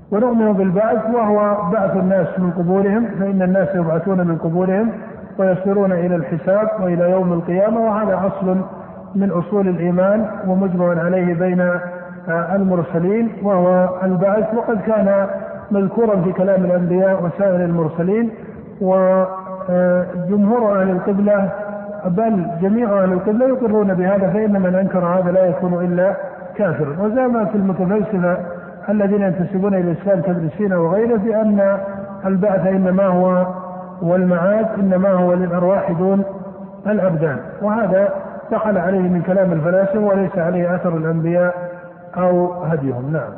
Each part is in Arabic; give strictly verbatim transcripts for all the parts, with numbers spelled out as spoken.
ونؤمن بالبعث وهو بعث الناس من قبورهم، فإن الناس يبعثون من قبورهم ويصيرون إلى الحساب وإلى يوم القيامة، وهذا أصل من أصول الإيمان ومجمع عليه بين المرسلين وهو البعث. وقد كان مذكورا في كلام الأنبياء وسائر المرسلين. وجمهور أهل القبلة بل جميع أهل القبلة يقرون بهذا، فإن من أنكر هذا لا يكون إلا كافر. وزعم في المتفلسفة الذين ينتسبون إلى الإسلام كابن وغيره بأن البعث إنما هو والمعاد إنما هو للأرواح دون الأبدان، وهذا دخل عليه من كلام الفلاسفة وليس عليه أثر الأنبياء أو هديهم. نعم.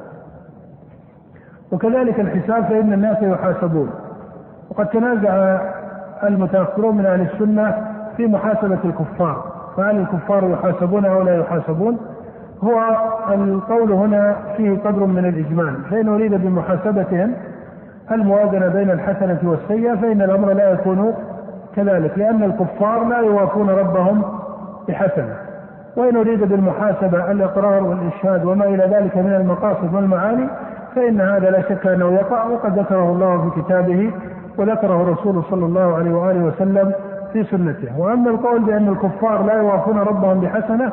وكذلك الحساب، فإن الناس يحاسبون. وقد تنازع المتأخرون من أهل السنة في محاسبة الكفار، فهل الكفار يحاسبون أو لا يحاسبون؟ هو القول هنا فيه قدر من الإجمال، فإن أريد بمحاسبتهم الموازنة بين الحسنة والسيئة، فإن الأمر لا يكون كذلك، لأن الكفار لا يوافون ربهم بحسنة. وإن أريد بالمحاسبة الإقرار والإشهاد وما إلى ذلك من المقاصد والمعاني، فإن هذا لا شك أنه يقع، وقد ذكره الله في كتابه وذكره رسوله صلى الله عليه وآله وسلم في سنته. وأما القول بأن الكفار لا يوافون ربهم بحسنة،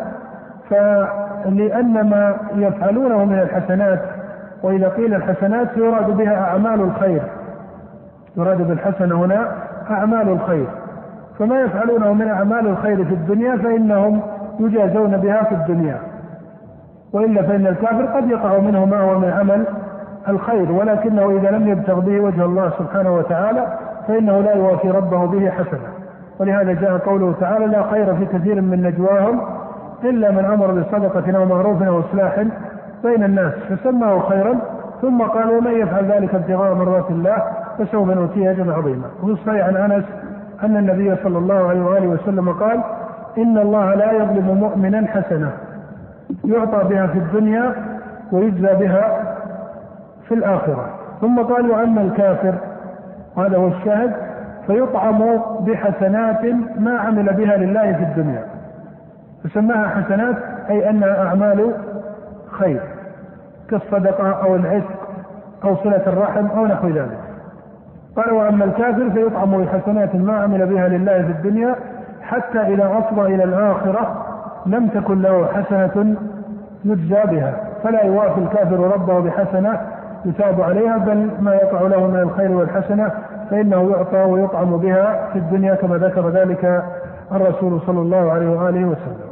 فلأن ما يفعلونه من الحسنات، وإذا قيل الحسنات يراد بها أعمال الخير، يراد بالحسنة هنا أعمال الخير، فما يفعلونه من أعمال الخير في الدنيا فإنهم يجازون بها في الدنيا، وإلا فإن الكافر قد يقع منه ما هو من عمل الخير، ولكنه إذا لم يبتغ به وجه الله سبحانه وتعالى فإنه لا يوافي ربه به حسنة. ولهذا جاء قوله تعالى: لا خير في كثير من نجواهم إلا من أمر بصدقة أو معروف أو إصلاح بين الناس، فسماه خيرا، ثم قال: ومن يفعل ذلك ابتغاء مرضات الله فسوف نؤتيه أجرا عظيما. وفي الصحيح عن أنس أن النبي صلى الله عليه وآله وسلم قال: إن الله لا يظلم مؤمنا حسنة يعطى بها في الدنيا ويجزى بها في الآخرة. ثم قال: وأما الكافر، هذا هو الشاهد، فيطعم بحسنات ما عمل بها لله في الدنيا، فسماها حسنات أي أنها أعمال خير كالصدقة أو العتق أو صلة الرحم أو نحو ذلك. قال: وأما الكافر فيطعم بحسنات ما عمل بها لله في الدنيا حتى إذا أفضى إلى الآخرة لم تكن له حسنة يجزى بها، فلا يوافي الكافر ربه بحسنة يثاب عليها، بل ما يقع له من الخير والحسنة فإنه يعطى ويطعم بها في الدنيا، كما ذكر ذلك الرسول صلى الله عليه وآله وسلم.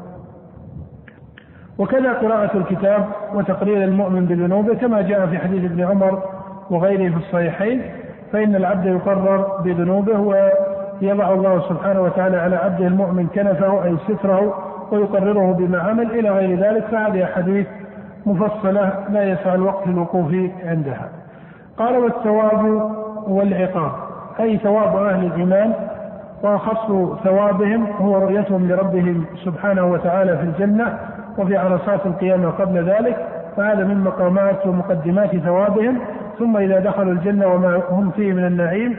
وكذا قراءة الكتاب وتقرير المؤمن بذنوبه، كما جاء في حديث ابن عمر وغيره في الصحيحين، فإن العبد يقرر بذنوبه ويضع الله سبحانه وتعالى على عبده المؤمن كنفه أي ستره ويقرره بما عمل إلى غير ذلك. فهذه حديث مفصلة لا يسع الوقت الوقوف عندها. قال: والثواب والعقاب، أي ثواب أهل الإيمان، وأخص ثوابهم هو رؤيتهم لربهم سبحانه وتعالى في الجنة وفي عرصات القيامة قبل ذلك، فهذا من مقامات ومقدمات ثوابهم. ثم إذا دخلوا الجنة وما هم فيه من النعيم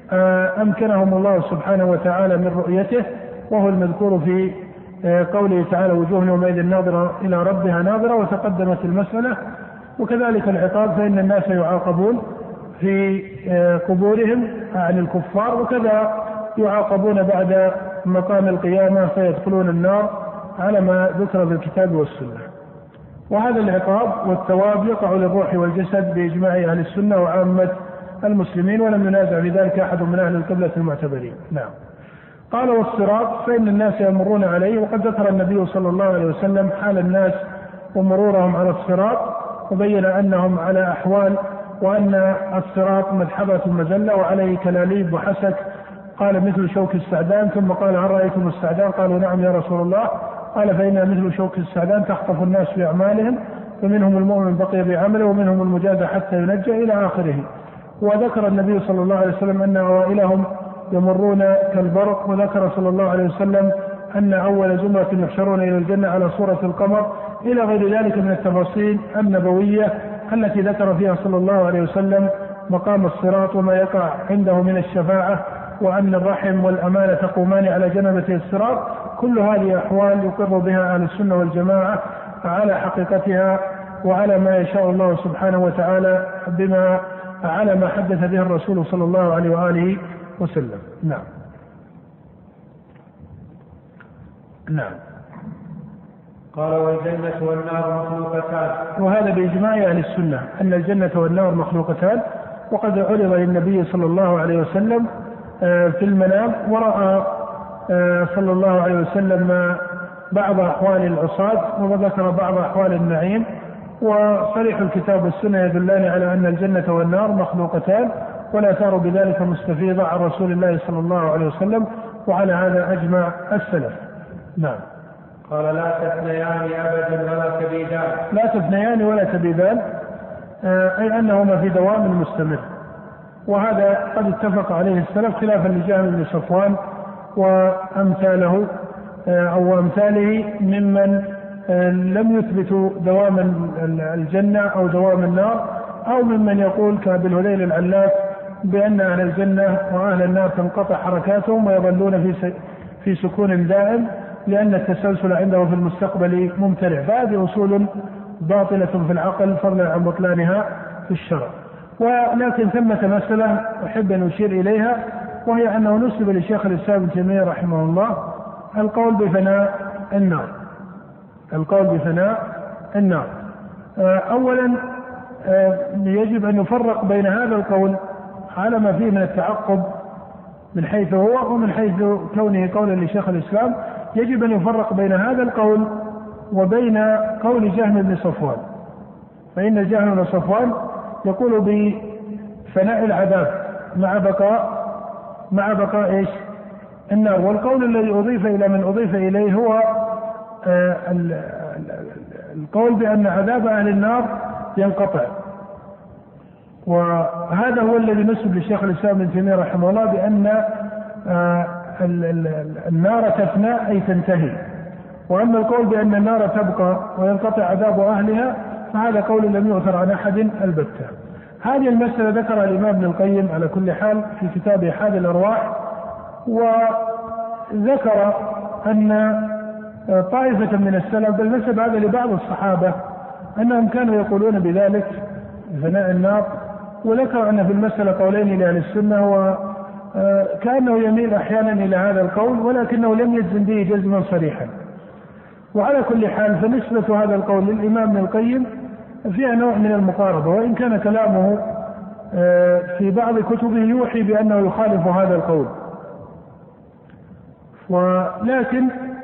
أمكنهم الله سبحانه وتعالى من رؤيته، وهو المذكور في قوله تعالى: وجوه يومئذ ناظرة إلى ربها ناظرة، وتقدمت المسألة. وكذلك العقاب، فإن الناس يعاقبون في قبورهم عن الكفار، وكذا يعاقبون بعد مقام القيامة فيدخلون النار على ما ذكر في الكتاب والسنة. وهذا العقاب والثواب يقع للروح والجسد بإجماع أهل السنة وعامة المسلمين، ولم ينازع في ذلك أحد من أهل القبلة المعتبرين. نعم. قال: والصراط، فإن الناس يمرون عليه، وقد ذكر النبي صلى الله عليه وسلم حال الناس ومرورهم على الصراط، وبين أنهم على أحوال، وأن الصراط مذحبة مزلة وعليه كلاليب وحسك، قال: مثل شوك السعدان. ثم قال: هل رأيتم السعدان؟ قالوا: نعم يا رسول الله. قال: فإنها مثل شوك السعدان تخطف الناس في أعمالهم، فمنهم المؤمن بقي بعمله ومنهم المجازى حتى ينجى إلى آخره. وذكر النبي صلى الله عليه وسلم أن أوائلهم يمرون كالبرق، وذكر صلى الله عليه وسلم أن أول زمرة يحشرون إلى الجنة على صورة القمر، إلى غير ذلك من التفاصيل النبوية التي ذكر فيها صلى الله عليه وسلم مقام الصراط وما يقع عنده من الشفاعة، وأن الرحم والأمانة تقومان على جنبة الصراط. كل هذه أحوال يقر بها أهل السنة والجماعة على حقيقتها وعلى ما يشاء الله سبحانه وتعالى بما على ما حدث به الرسول صلى الله عليه وآله وسلم. نعم. نعم. قال والجنة والنار مخلوقتان. وهذا بإجماع أهل السنة أن الجنة والنار مخلوقتان، وقد عرض للنبي صلى الله عليه وسلم في المنام ورأى صلى الله عليه وسلم بعض أحوال العصاة وذكر بعض أحوال النعيم، وصريح الكتاب والسنة يدلان على أن الجنة والنار مخلوقتان، ولا تار بذلك مستفيضة عن رسول الله صلى الله عليه وسلم، وعلى هذا أجمع السلف. نعم. قال لا تثنيان أبدا ولا تبيدان. لا تثنيان ولا تبيدان أي أنهما في دوام مستمر، وهذا قد اتفق عليه السلف خلافا لجهم بن صفوان وأمثاله أو أمثاله ممن لم يثبتوا دوام الجنة أو دوام النار، أو ممن يقول كأبي الهذيل العلاف بأن أهل الجنة وأهل النار تنقطع حركاتهم ويظلون في في سكون دائم لأن التسلسل عنده في المستقبل ممتنع. فهذه أصول باطلة في العقل فضلا عن بطلانها في الشرع. ولكن ثمة مسألة أحب أن أشير إليها، وهي أنه نسب لشيخ الإسلام ابن تيمية رحمه الله القول بفناء النار. القول بفناء النار أولا يجب أن يفرق بين هذا القول على ما فيه من التعقب من حيث هو ومن حيث كونه قولا لشيخ الإسلام. يجب أن يفرق بين هذا القول وبين قول جهم بن صفوان، فإن جهم بن صفوان يقول بفناء العذاب مع بقاء مع بقاء إيش؟ النار. والقول الذي أضيف إلى من أضيف إليه هو آه القول بأن عذاب أهل النار ينقطع، وهذا هو الذي نسب للشيخ الإسلام ابن تيمية رحمه الله بأن آه النار تفنى أي تنتهي. وأما القول بأن النار تبقى وينقطع عذاب أهلها فهذا قول لم يؤثر عن أحد البتة. هذه المسألة ذكرها الإمام ابن القيم على كل حال في كتابه حاد الأرواح، وذكر أن طائفة من السلف بل نسب هذا لبعض الصحابة أنهم كانوا يقولون بذلك بفناء النار، وذكر أن في المسألة قولين لأهل السنة، وكأنه يميل أحيانا إلى هذا القول ولكنه لم يجزم به جزما صريحا. وعلى كل حال فنسبة هذا القول للإمام ابن القيم فيها نوع من المقاربة، وإن كان كلامه في بعض كتبه يوحي بأنه يخالف هذا القول، ولكن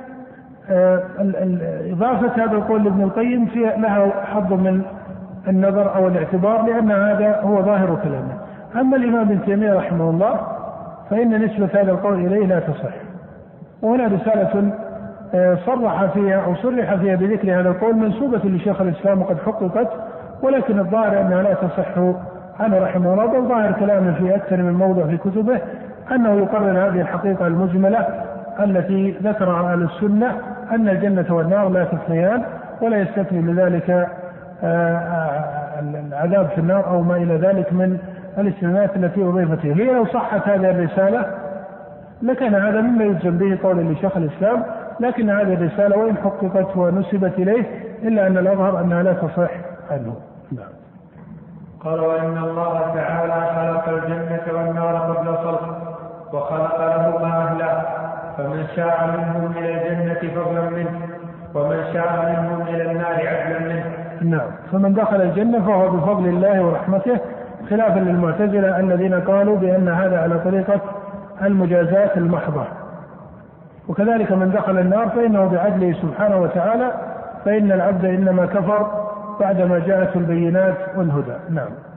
إضافة هذا القول لابن القيم فيها لها حظ من النظر أو الاعتبار، لأن هذا هو ظاهر كلامه. أما الإمام ابن تيمية رحمه الله فإن نسبة هذا القول إليه لا تصح. وهنا رسالة صرح فيها أو صرح فيها بذكر هذا القول منسوبة لشيخ الإسلام وقد حققت، ولكن الظاهر أنها لا تصح عنه رحمه الله، بل ظاهر كلامه في أكثر من موضع في كتبه أنه يقرر هذه الحقيقة المجملة التي ذكرها أهل السنة أن الجنة والنار لا تفنيان، ولا يستثني لذلك العذاب في النار أو ما إلى ذلك من الاستثناءات التي أضيفت إليه. هي لو صحت هذه الرسالة لكان هذا مما يلزم به قول لشيخ الإسلام، لكن هذه الرسالة وإن حققت ونسبت إليه إلا أن الأظهر أنها لا تصح عنه. نعم. قال وإن الله تعالى خلق الجنة والنار قبل خلقه وخلق لهما أهلا، فمن شاء منهم إلى الجنة فضلا منه ومن شاء منهم إلى النار عدلا منه. نعم. فمن دخل الجنة فهو بفضل الله ورحمته، خلافا للمعتزلة الذين قالوا بأن هذا على طريقة المجازات المحضة. وكذلك من دخل النار فإنه بعدله سبحانه وتعالى، فإن العبد إنما كفر بعدما جاءت البينات والهدى. نعم.